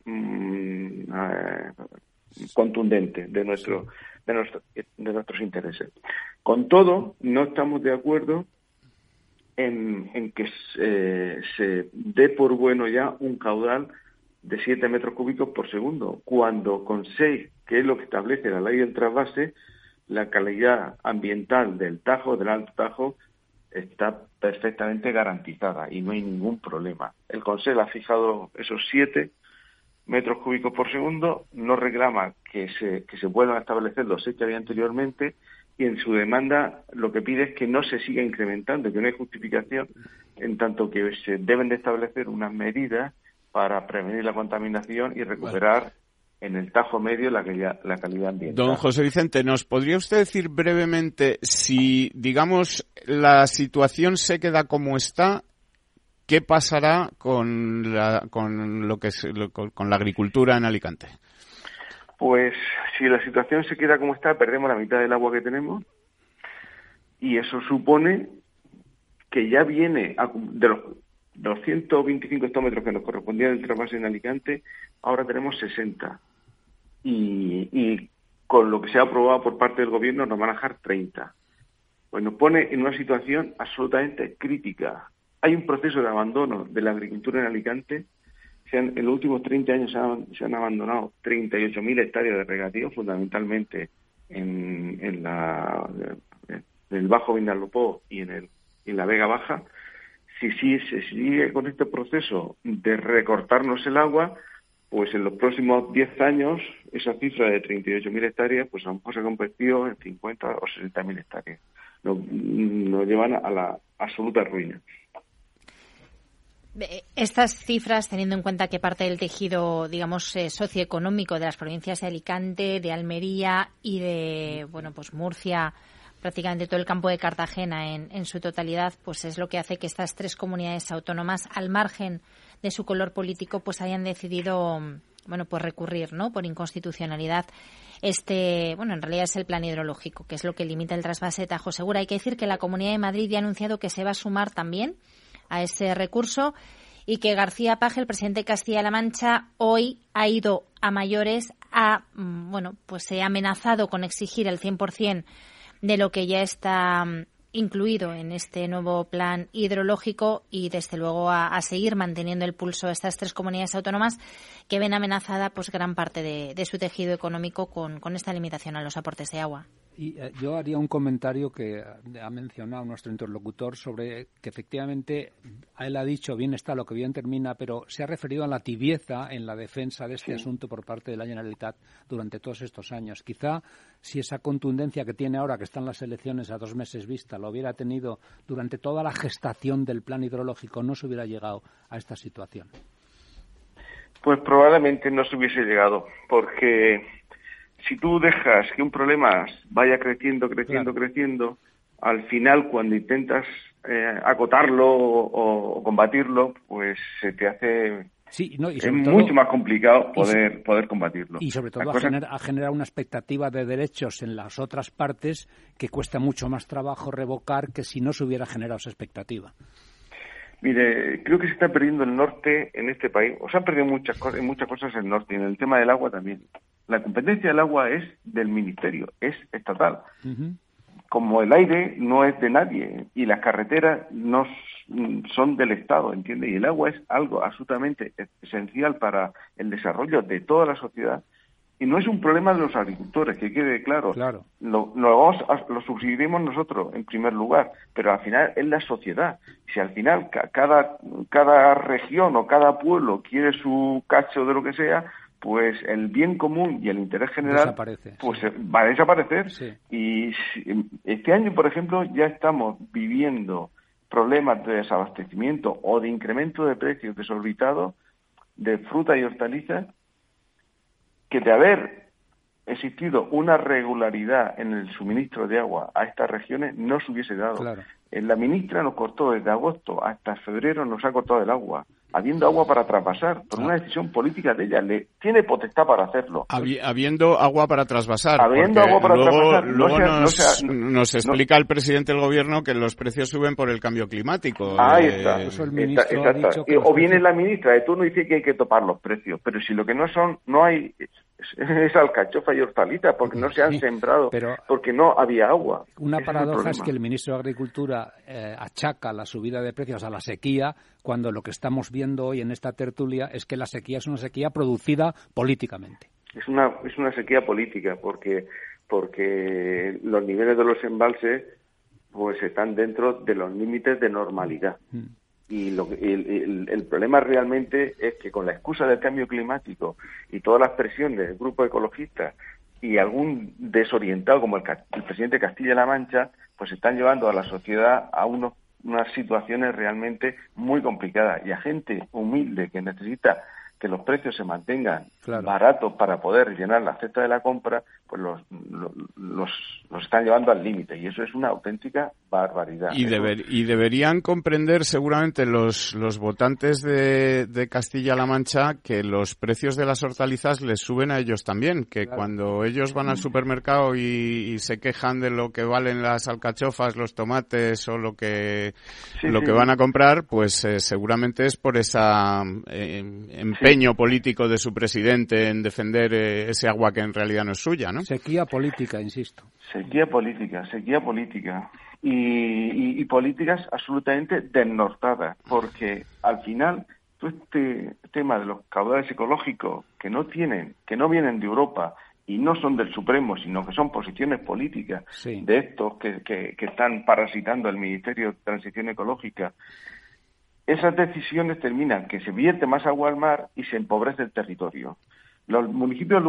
contundente de nuestros intereses. Con todo, no estamos de acuerdo en que se dé por bueno ya un caudal de 7 metros cúbicos por segundo, cuando con 6, que es lo que establece la ley del trasvase, la calidad ambiental del Tajo, del Alto Tajo, está perfectamente garantizada y no hay ningún problema. El Consejo ha fijado esos 7 metros cúbicos por segundo, no reclama que se vuelvan a establecer los 6 que había anteriormente, y en su demanda lo que pide es que no se siga incrementando, que no hay justificación, en tanto que se deben de establecer unas medidas para prevenir la contaminación y recuperar en el Tajo Medio la calidad ambiental. Don José Vicente, ¿nos podría usted decir brevemente si, digamos, la situación se queda como está, qué pasará con la agricultura en Alicante? Pues si la situación se queda como está, perdemos la mitad del agua que tenemos, y eso supone que ya viene de los 225 hectómetros que nos correspondían del trasvase en Alicante, ahora tenemos 60. Y con lo que se ha aprobado por parte del Gobierno nos van a dejar 30. Pues nos pone en una situación absolutamente crítica. Hay un proceso de abandono de la agricultura en Alicante. En los últimos 30 años se han abandonado 38.000 hectáreas de regadío, fundamentalmente en el Bajo Vinalopó y en la Vega Baja. Si se sigue con este proceso de recortarnos el agua, pues en los próximos 10 años esa cifra de 38.000 hectáreas pues a lo mejor se ha convertido en 50 o 60.000 hectáreas. Nos llevan a la absoluta ruina. Estas cifras, teniendo en cuenta que parte del tejido, digamos, socioeconómico de las provincias de Alicante, de Almería y de, pues Murcia, prácticamente todo el campo de Cartagena en su totalidad, pues es lo que hace que estas 3 comunidades autónomas, al margen de su color político, pues hayan decidido, pues recurrir, ¿no?, por inconstitucionalidad. En realidad es el plan hidrológico, que es lo que limita el trasvase de Tajo Segura. Hay que decir que la Comunidad de Madrid ya ha anunciado que se va a sumar también a ese recurso y que García Paje, el presidente de Castilla-La Mancha, hoy ha ido a mayores, se ha amenazado con exigir el 100% de lo que ya está incluido en este nuevo plan hidrológico y, desde luego, a seguir manteniendo el pulso a estas 3 comunidades autónomas que ven amenazada pues gran parte de su tejido económico con esta limitación a los aportes de agua. Y yo haría un comentario que ha mencionado nuestro interlocutor sobre que efectivamente él ha dicho bien está lo que bien termina, pero se ha referido a la tibieza en la defensa de este asunto por parte de la Generalitat durante todos estos años. Quizá si esa contundencia que tiene ahora, que están las elecciones a 2 meses vista, lo hubiera tenido durante toda la gestación del plan hidrológico, no se hubiera llegado a esta situación. Pues probablemente no se hubiese llegado, porque si tú dejas que un problema vaya creciendo, al final cuando intentas acotarlo o combatirlo, pues se te hace es mucho más complicado poder combatirlo. Y sobre todo a generar una expectativa de derechos en las otras partes que cuesta mucho más trabajo revocar que si no se hubiera generado esa expectativa. Mire, creo que se está perdiendo el norte en este país, o se han perdido muchas cosas en el norte, y en el tema del agua también. La competencia del agua es del Ministerio, es estatal. Uh-huh. Como el aire no es de nadie y las carreteras no son del Estado, ¿entiende? Y el agua es algo absolutamente esencial para el desarrollo de toda la sociedad. Y no es un problema de los agricultores, que quede claro. Lo subsidiaremos nosotros, en primer lugar, pero al final es la sociedad. Si al final cada región o cada pueblo quiere su cacho de lo que sea, pues el bien común y el interés general va a desaparecer. Sí. Y este año, por ejemplo, ya estamos viviendo problemas de desabastecimiento o de incremento de precios desorbitados de fruta y hortalizas, que de haber existido una regularidad en el suministro de agua a estas regiones no se hubiese dado. Claro. La ministra nos cortó desde agosto hasta febrero, nos ha cortado el agua, habiendo agua para traspasar, por una decisión política de ella. Tiene potestad para hacerlo. Habiendo agua para trasvasar. Luego nos explica el presidente del gobierno que los precios suben por el cambio climático. Ahí está. Exacto. O viene la ministra de turno y dice que hay que topar los precios, pero si lo que no hay es alcachofa y hortaliza, porque no se han sembrado, porque no había agua. Una paradoja es que el ministro de Agricultura achaca la subida de precios a la sequía, cuando lo que estamos viendo hoy en esta tertulia es que la sequía es una sequía producida políticamente. Es una sequía política, porque los niveles de los embalses pues están dentro de los límites de normalidad. Y el problema realmente es que con la excusa del cambio climático y todas las presiones del grupo ecologista y algún desorientado como el presidente de Castilla-La Mancha, pues están llevando a la sociedad a unas situaciones realmente muy complicadas, y a gente humilde que necesita que los precios se mantengan baratos para poder llenar la cesta de la compra, pues los están llevando al límite, y eso es una auténtica barbaridad. Y deberían comprender seguramente los votantes de Castilla-La Mancha que los precios de las hortalizas les suben a ellos también, que cuando ellos van al supermercado y se quejan de lo que valen las alcachofas, los tomates o lo que van a comprar, pues seguramente es por esa empeño político de su presidente en defender ese agua que en realidad no es suya, ¿no? Sequía política, insisto. Sequía política. Y políticas absolutamente desnortadas, porque al final todo este tema de los caudales ecológicos que no vienen de Europa y no son del Supremo, sino que son posiciones políticas de estos que están parasitando el Ministerio de Transición Ecológica, esas decisiones terminan que se vierte más agua al mar y se empobrece el territorio. Los municipios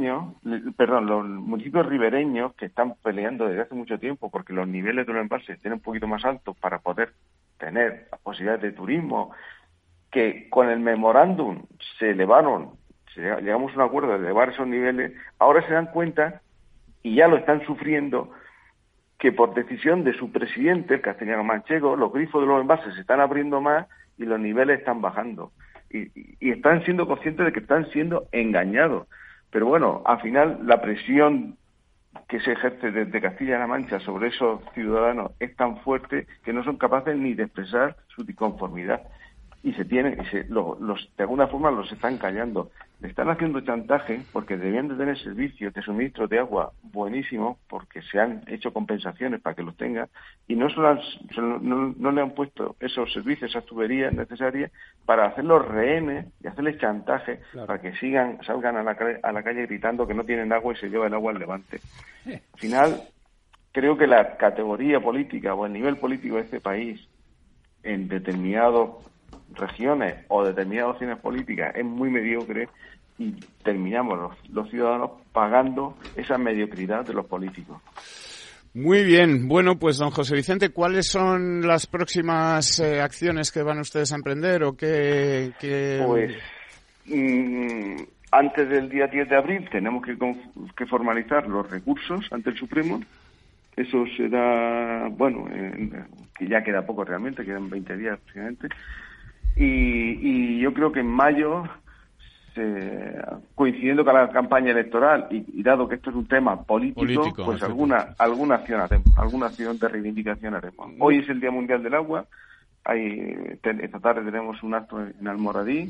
ribereños que están peleando desde hace mucho tiempo porque los niveles de los embalses tienen un poquito más altos para poder tener las posibilidades de turismo, que con el memorándum llegamos a un acuerdo de elevar esos niveles, ahora se dan cuenta, y ya lo están sufriendo, que por decisión de su presidente, el castellano manchego, los grifos de los embalses se están abriendo más y los niveles están bajando. Y están siendo conscientes de que están siendo engañados. Pero bueno, al final la presión que se ejerce desde Castilla-La Mancha sobre esos ciudadanos es tan fuerte que no son capaces ni de expresar su disconformidad. Y de alguna forma los están callando. Le están haciendo chantaje porque debían de tener servicios de suministro de agua buenísimos, porque se han hecho compensaciones para que los tengan, y no le han puesto esos servicios, esas tuberías necesarias para hacerlos rehenes y hacerles chantaje para que salgan a la calle gritando que no tienen agua y se lleva el agua al Levante. Al final creo que la categoría política o el nivel político de este país en determinadas regiones o determinadas opciones políticas es muy mediocre y terminamos los ciudadanos pagando esa mediocridad de los políticos. Muy bien. Bueno, pues don José Vicente, ¿cuáles son las próximas acciones que van ustedes a emprender o qué? Pues antes del día 10 de abril tenemos que formalizar los recursos ante el Supremo. Eso será, que ya queda poco realmente, quedan 20 días prácticamente. Y yo creo que en mayo, coincidiendo con la campaña electoral y dado que esto es un tema político pues alguna acción haremos, alguna acción de reivindicación haremos. Hoy es el Día Mundial del Agua. Esta tarde tenemos un acto en Almoradí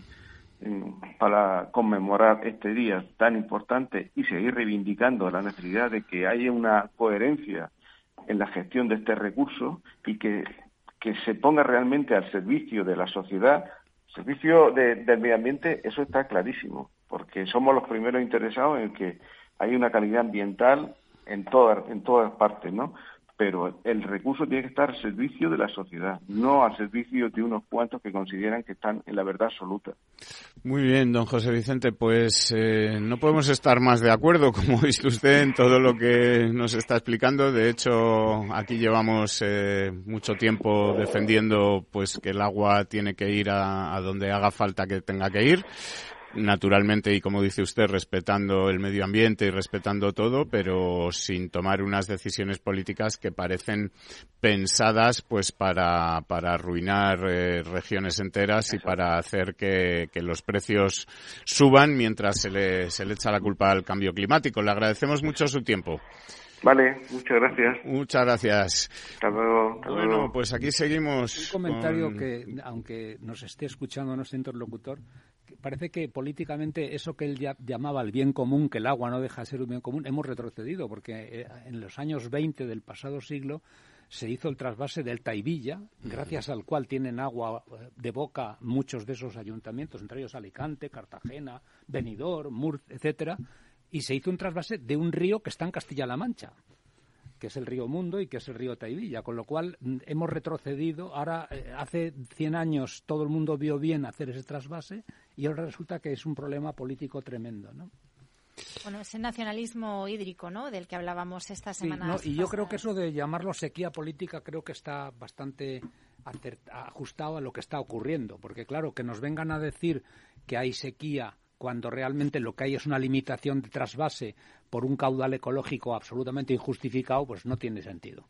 para conmemorar este día tan importante y seguir reivindicando la necesidad de que haya una coherencia en la gestión de este recurso y que se ponga realmente al servicio de la sociedad, servicio del medio ambiente. Eso está clarísimo, porque somos los primeros interesados en que hay una calidad ambiental en todas partes, ¿no? Pero el recurso tiene que estar al servicio de la sociedad, no al servicio de unos cuantos que consideran que están en la verdad absoluta. Muy bien, don José Vicente, pues no podemos estar más de acuerdo, como ha visto usted, en todo lo que nos está explicando. De hecho, aquí llevamos mucho tiempo defendiendo pues que el agua tiene que ir a donde haga falta que tenga que ir. Naturalmente, y como dice usted, respetando el medio ambiente y respetando todo, pero sin tomar unas decisiones políticas que parecen pensadas pues para arruinar regiones enteras y para hacer que los precios suban mientras se le echa la culpa al cambio climático. Le agradecemos mucho su tiempo. Vale, muchas gracias. Muchas gracias. Hasta luego. Bueno, pues aquí seguimos. Un comentario que, aunque nos esté escuchando nuestro interlocutor, parece que políticamente eso que él llamaba el bien común, que el agua no deja de ser un bien común, hemos retrocedido, porque en los años 20 del pasado siglo se hizo el trasvase del Taivilla, gracias al cual tienen agua de boca muchos de esos ayuntamientos, entre ellos Alicante, Cartagena, Benidorm, Murcia, etcétera, y se hizo un trasvase de un río que está en Castilla-La Mancha, que es el río Mundo y que es el río Taivilla, con lo cual hemos retrocedido. Ahora, hace 100 años todo el mundo vio bien hacer ese trasvase y ahora resulta que es un problema político tremendo, ¿no? Bueno, ese nacionalismo hídrico, ¿no?, del que hablábamos esta semana. Sí, y yo creo que eso de llamarlo sequía política creo que está bastante ajustado a lo que está ocurriendo, porque claro, que nos vengan a decir que hay sequía cuando realmente lo que hay es una limitación de trasvase por un caudal ecológico absolutamente injustificado, pues no tiene sentido.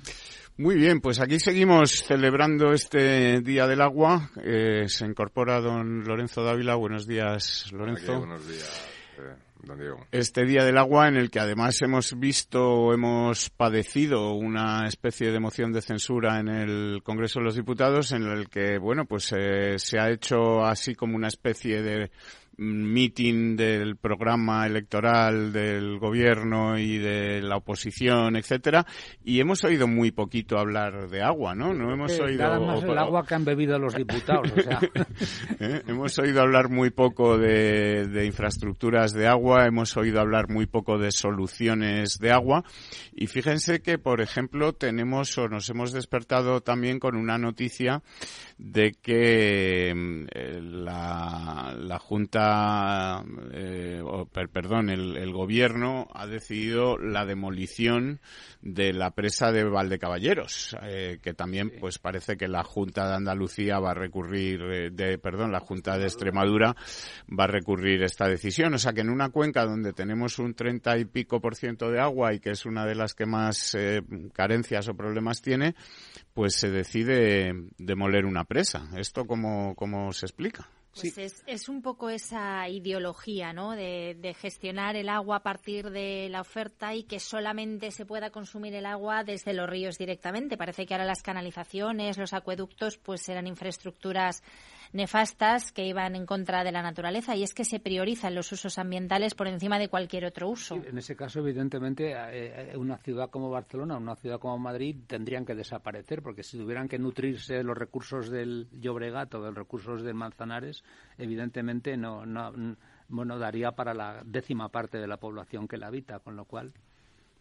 Muy bien, pues aquí seguimos celebrando este Día del Agua. Se incorpora don Lorenzo Dávila. Buenos días, Lorenzo. Aquí, buenos días, don Diego. Este Día del Agua en el que además hemos padecido una especie de moción de censura en el Congreso de los Diputados, en el que, bueno, pues se ha hecho así como una especie de meeting del programa electoral del gobierno y de la oposición, etcétera, y hemos oído muy poquito hablar de agua, ¿no? No hemos oído nada más el agua que han bebido los diputados, o sea. Hemos oído hablar muy poco de infraestructuras de agua, hemos oído hablar muy poco de soluciones de agua, y fíjense que, por ejemplo, nos hemos despertado también con una noticia de que la Junta el gobierno ha decidido la demolición de la presa de Valdecaballeros, que también pues parece que la Junta de Andalucía va a recurrir, la Junta de Extremadura va a recurrir esta decisión. O sea que en una cuenca donde tenemos un 30 y pico % de agua y que es una de las que más carencias o problemas tiene, pues se decide demoler una presa. ¿Esto cómo se explica? Pues sí. Es un poco esa ideología, ¿no?, de gestionar el agua a partir de la oferta y que solamente se pueda consumir el agua desde los ríos directamente. Parece que ahora las canalizaciones, los acueductos, pues eran infraestructuras nefastas que iban en contra de la naturaleza, y es que se priorizan los usos ambientales por encima de cualquier otro uso. Sí, en ese caso, evidentemente, una ciudad como Barcelona, una ciudad como Madrid tendrían que desaparecer, porque si tuvieran que nutrirse de los recursos del Llobregat o de los recursos del Manzanares, evidentemente no daría para la 10ª parte de la población que la habita, con lo cual...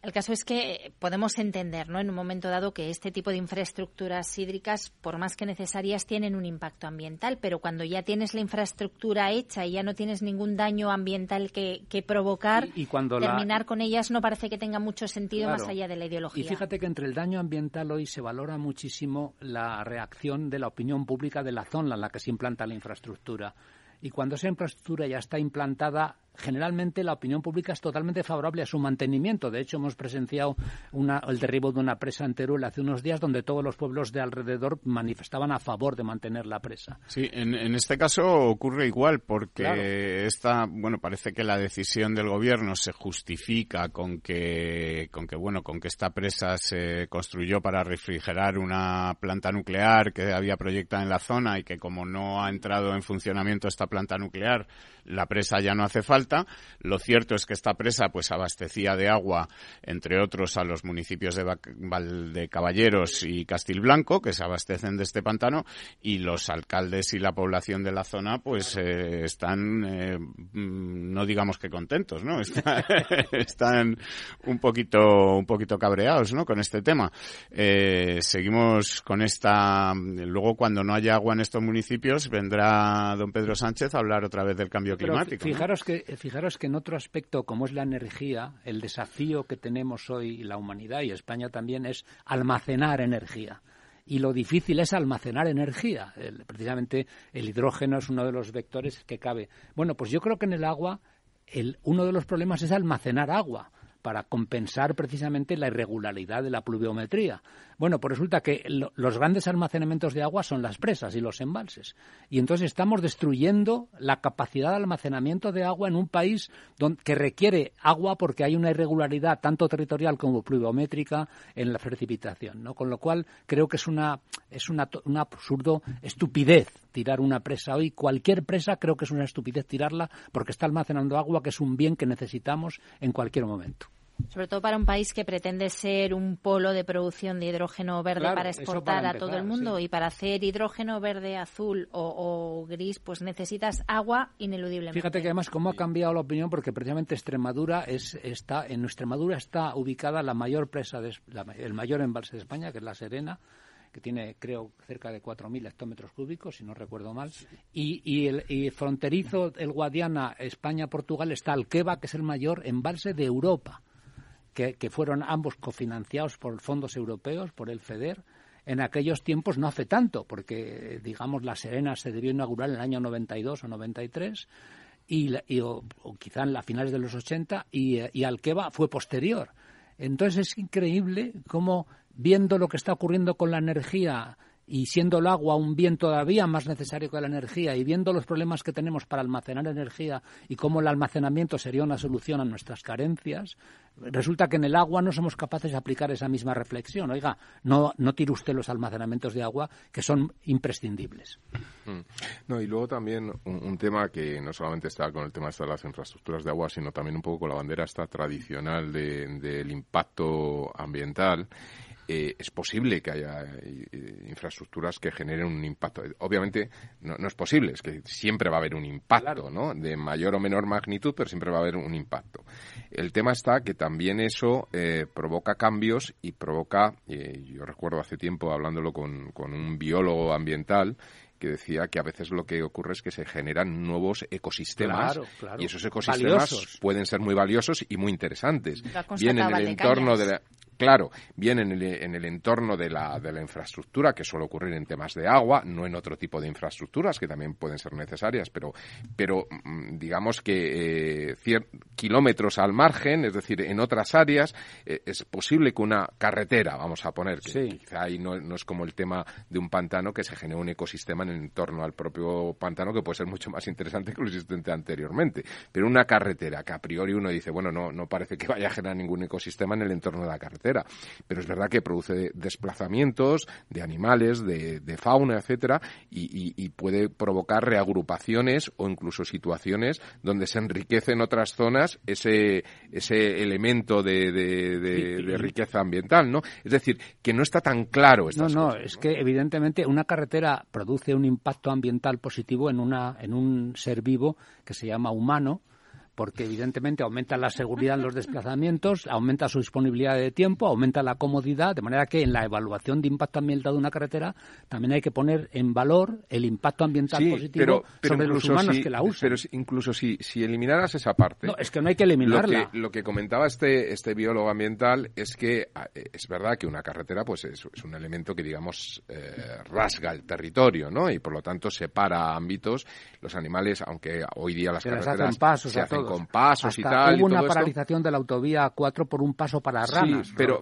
El caso es que podemos entender, ¿no?, en un momento dado que este tipo de infraestructuras hídricas, por más que necesarias, tienen un impacto ambiental, pero cuando ya tienes la infraestructura hecha y ya no tienes ningún daño ambiental que provocar, y cuando terminar con ellas no parece que tenga mucho sentido, claro, más allá de la ideología. Y fíjate que entre el daño ambiental hoy se valora muchísimo la reacción de la opinión pública de la zona en la que se implanta la infraestructura. Y cuando esa infraestructura ya está implantada, generalmente la opinión pública es totalmente favorable a su mantenimiento. De hecho, hemos presenciado el derribo de una presa en Teruel hace unos días, donde todos los pueblos de alrededor manifestaban a favor de mantener la presa. Sí, en este caso ocurre igual, porque claro, parece que la decisión del gobierno se justifica con que esta presa se construyó para refrigerar una planta nuclear que había proyectada en la zona y que como no ha entrado en funcionamiento esta planta nuclear, la presa ya no hace falta. Lo cierto es que esta presa pues abastecía de agua, entre otros, a los municipios de Valdecaballeros y Castilblanco, que se abastecen de este pantano, y los alcaldes y la población de la zona pues están, no digamos que contentos, ¿no? Están un poquito cabreados, ¿no?, con este tema. Seguimos con esta. Luego, cuando no haya agua en estos municipios, vendrá don Pedro Sánchez a hablar otra vez del cambio climático. Fijaros, ¿no? Fijaros que en otro aspecto, como es la energía, el desafío que tenemos hoy la humanidad y España también es almacenar energía. Y lo difícil es almacenar energía. Precisamente el hidrógeno es uno de los vectores que cabe. Bueno, pues yo creo que en el agua uno de los problemas es almacenar agua para compensar precisamente la irregularidad de la pluviometría. Bueno, pues resulta que los grandes almacenamientos de agua son las presas y los embalses. Y entonces estamos destruyendo la capacidad de almacenamiento de agua en un país que requiere agua porque hay una irregularidad tanto territorial como pluviométrica en la precipitación, ¿no? Con lo cual creo que es una absurdo estupidez tirar una presa hoy. Cualquier presa creo que es una estupidez tirarla porque está almacenando agua, que es un bien que necesitamos en cualquier momento. Sobre todo para un país que pretende ser un polo de producción de hidrógeno verde, claro, para exportar a todo el mundo, sí. Y para hacer hidrógeno verde, azul o gris, pues necesitas agua ineludiblemente. Fíjate que además cómo ha cambiado la opinión, porque precisamente Extremadura está ubicada la mayor presa, el mayor embalse de España, que es La Serena, que tiene, creo, cerca de 4.000 hectómetros cúbicos, si no recuerdo mal. Y el fronterizo, el Guadiana, España-Portugal, está Alqueva, que es el mayor embalse de Europa, que fueron ambos cofinanciados por fondos europeos, por el FEDER. En aquellos tiempos no hace tanto, porque, digamos, La Serena se debió inaugurar en el año 92 o 93, o quizá en las finales de los 80, y Alqueva fue posterior. Entonces es increíble cómo, viendo lo que está ocurriendo con la energía y siendo el agua un bien todavía más necesario que la energía, y viendo los problemas que tenemos para almacenar energía y cómo el almacenamiento sería una solución a nuestras carencias, resulta que en el agua no somos capaces de aplicar esa misma reflexión. Oiga, no tire usted los almacenamientos de agua, que son imprescindibles. No, y luego también un tema que no solamente está con el tema de las infraestructuras de agua, sino también un poco con la bandera esta tradicional del impacto ambiental. Es posible que haya infraestructuras que generen un impacto. Obviamente no es posible, es que siempre va a haber un impacto, claro, ¿no? De mayor o menor magnitud, pero siempre va a haber un impacto. El tema está que también eso provoca cambios y provoca, yo recuerdo hace tiempo hablándolo con un biólogo ambiental, que decía que a veces lo que ocurre es que se generan nuevos ecosistemas, claro. Y esos ecosistemas valiosos. Pueden ser muy valiosos y muy interesantes. Bien en el entorno de la... Claro, bien en el entorno de la infraestructura, que suele ocurrir en temas de agua, no en otro tipo de infraestructuras que también pueden ser necesarias, pero digamos que kilómetros al margen, es decir, en otras áreas, es posible que una carretera, vamos a poner, que sí. Quizá ahí no es como el tema de un pantano, que se genera un ecosistema en el entorno al propio pantano que puede ser mucho más interesante que lo existente anteriormente, pero una carretera que a priori uno dice, bueno, no parece que vaya a generar ningún ecosistema en el entorno de la carretera. Pero es verdad que produce desplazamientos de animales, de fauna, etcétera, y puede provocar reagrupaciones o incluso situaciones donde se enriquece en otras zonas ese elemento de riqueza ambiental, ¿no? Es decir, que no está tan claro estas cosas, es que evidentemente una carretera produce un impacto ambiental positivo en un ser vivo que se llama humano, porque evidentemente aumenta la seguridad en los desplazamientos, aumenta su disponibilidad de tiempo, aumenta la comodidad, de manera que en la evaluación de impacto ambiental de una carretera también hay que poner en valor el impacto ambiental positivo sobre los humanos que la usan. Pero incluso si eliminaras esa parte... No, es que no hay que eliminarla. Lo que comentaba este biólogo ambiental es que es verdad que una carretera pues es un elemento que, digamos, rasga el territorio, ¿no? Y por lo tanto separa ámbitos. Los animales, aunque hoy día las carreteras se hacen con pasos hasta y tal. Hubo y todo una paralización de la autovía 4 por un paso para ranas. Pero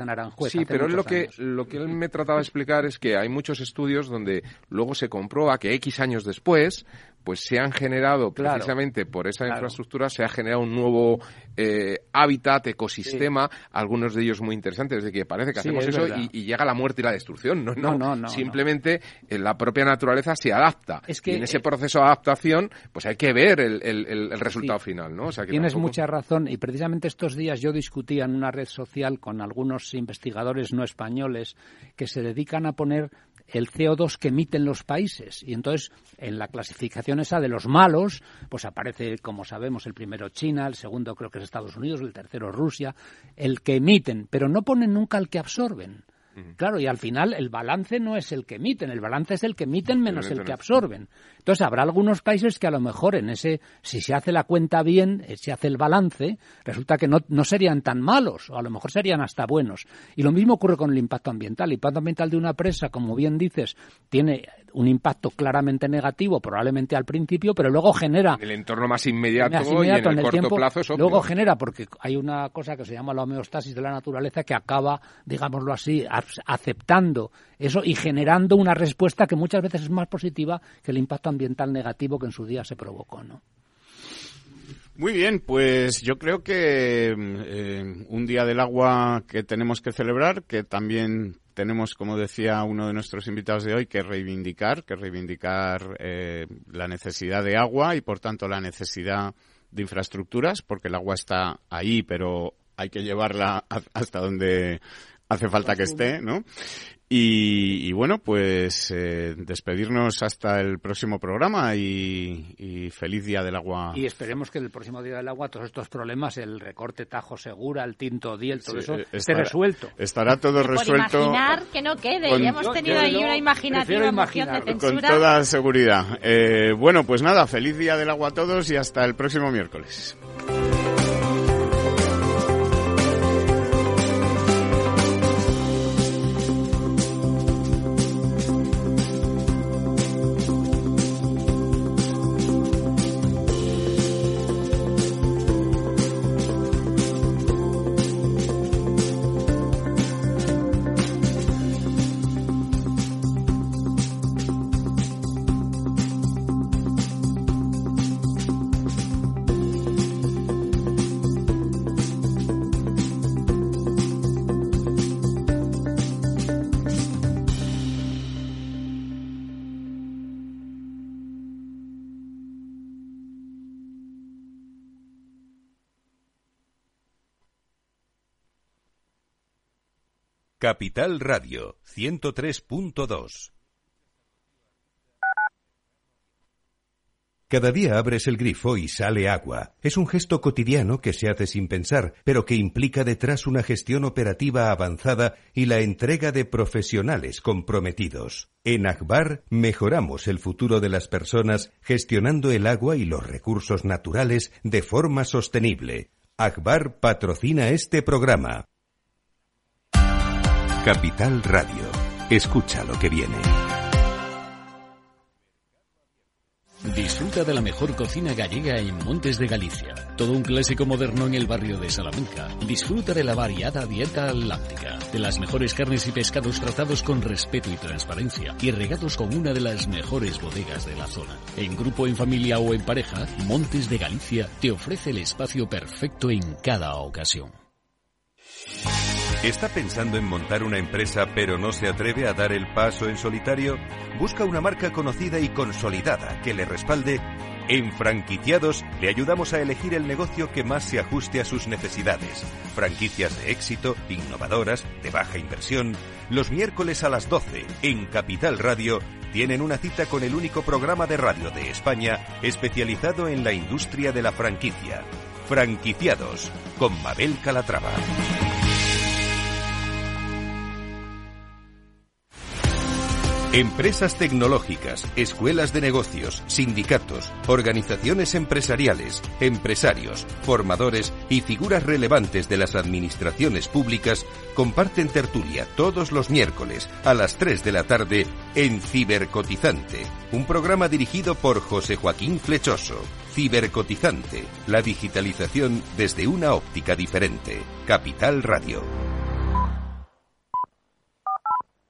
es lo que él me trataba de explicar es que hay muchos estudios donde luego se comprueba que X años después pues se han generado, precisamente por esa infraestructura, se ha generado un nuevo hábitat, ecosistema, algunos de ellos muy interesantes, de que parece que hacemos eso y llega la muerte y la destrucción. No, simplemente la propia naturaleza se adapta. Es que, y en ese proceso de adaptación, pues hay que ver el resultado final, ¿no? O sea, que tienes mucha razón, y precisamente estos días yo discutía en una red social con algunos investigadores no españoles que se dedican a poner el CO2 que emiten los países, y entonces en la clasificación esa de los malos pues aparece, como sabemos, el primero China, el segundo creo que es Estados Unidos, el tercero Rusia, el que emiten, pero no ponen nunca el que absorben. Claro, y al final el balance no es el que emiten, el balance es el que emiten menos el que absorben. Entonces habrá algunos países que a lo mejor en ese, si se hace la cuenta bien, se hace el balance, resulta que no serían tan malos, o a lo mejor serían hasta buenos. Y lo mismo ocurre con el impacto ambiental. El impacto ambiental de una presa, como bien dices, tiene un impacto claramente negativo, probablemente al principio, pero luego genera... En el entorno más inmediato y en el corto plazo es obvio. Luego genera, porque hay una cosa que se llama la homeostasis de la naturaleza que acaba, digámoslo así, aceptando eso y generando una respuesta que muchas veces es más positiva que el impacto ambiental negativo que en su día se provocó, ¿no? Muy bien, pues yo creo que un Día del Agua que tenemos que celebrar, que también tenemos, como decía uno de nuestros invitados de hoy, que reivindicar la necesidad de agua y, por tanto, la necesidad de infraestructuras, porque el agua está ahí, pero hay que llevarla hasta donde hace falta que esté, ¿no? Y bueno, pues despedirnos hasta el próximo programa y feliz Día del Agua. Y esperemos que el próximo Día del Agua todos estos problemas, el recorte Tajo Segura, el Tinto Diel, todo eso esté resuelto. Estará todo resuelto. Por imaginar que no quede. Ya hemos tenido ahí una imaginativa moción de censura. Con toda seguridad. Bueno, pues nada, feliz Día del Agua a todos y hasta el próximo miércoles. Capital Radio 103.2. Cada día abres el grifo y sale agua. Es un gesto cotidiano que se hace sin pensar, pero que implica detrás una gestión operativa avanzada y la entrega de profesionales comprometidos. En Agbar mejoramos el futuro de las personas gestionando el agua y los recursos naturales de forma sostenible. Agbar patrocina este programa. Capital Radio. Escucha lo que viene. Disfruta de la mejor cocina gallega en Montes de Galicia. Todo un clásico moderno en el barrio de Salamanca. Disfruta de la variada dieta láctica, de las mejores carnes y pescados tratados con respeto y transparencia y regados con una de las mejores bodegas de la zona. En grupo, en familia o en pareja, Montes de Galicia te ofrece el espacio perfecto en cada ocasión. ¿Está pensando en montar una empresa pero no se atreve a dar el paso en solitario? Busca una marca conocida y consolidada que le respalde. En Franquiciados le ayudamos a elegir el negocio que más se ajuste a sus necesidades. Franquicias de éxito, innovadoras, de baja inversión. Los miércoles a las 12 en Capital Radio tienen una cita con el único programa de radio de España especializado en la industria de la franquicia. Franquiciados, con Mabel Calatrava. Empresas tecnológicas, escuelas de negocios, sindicatos, organizaciones empresariales, empresarios, formadores y figuras relevantes de las administraciones públicas comparten tertulia todos los miércoles a las 3 de la tarde en Cibercotizante, un programa dirigido por José Joaquín Flechoso. Cibercotizante, la digitalización desde una óptica diferente. Capital Radio.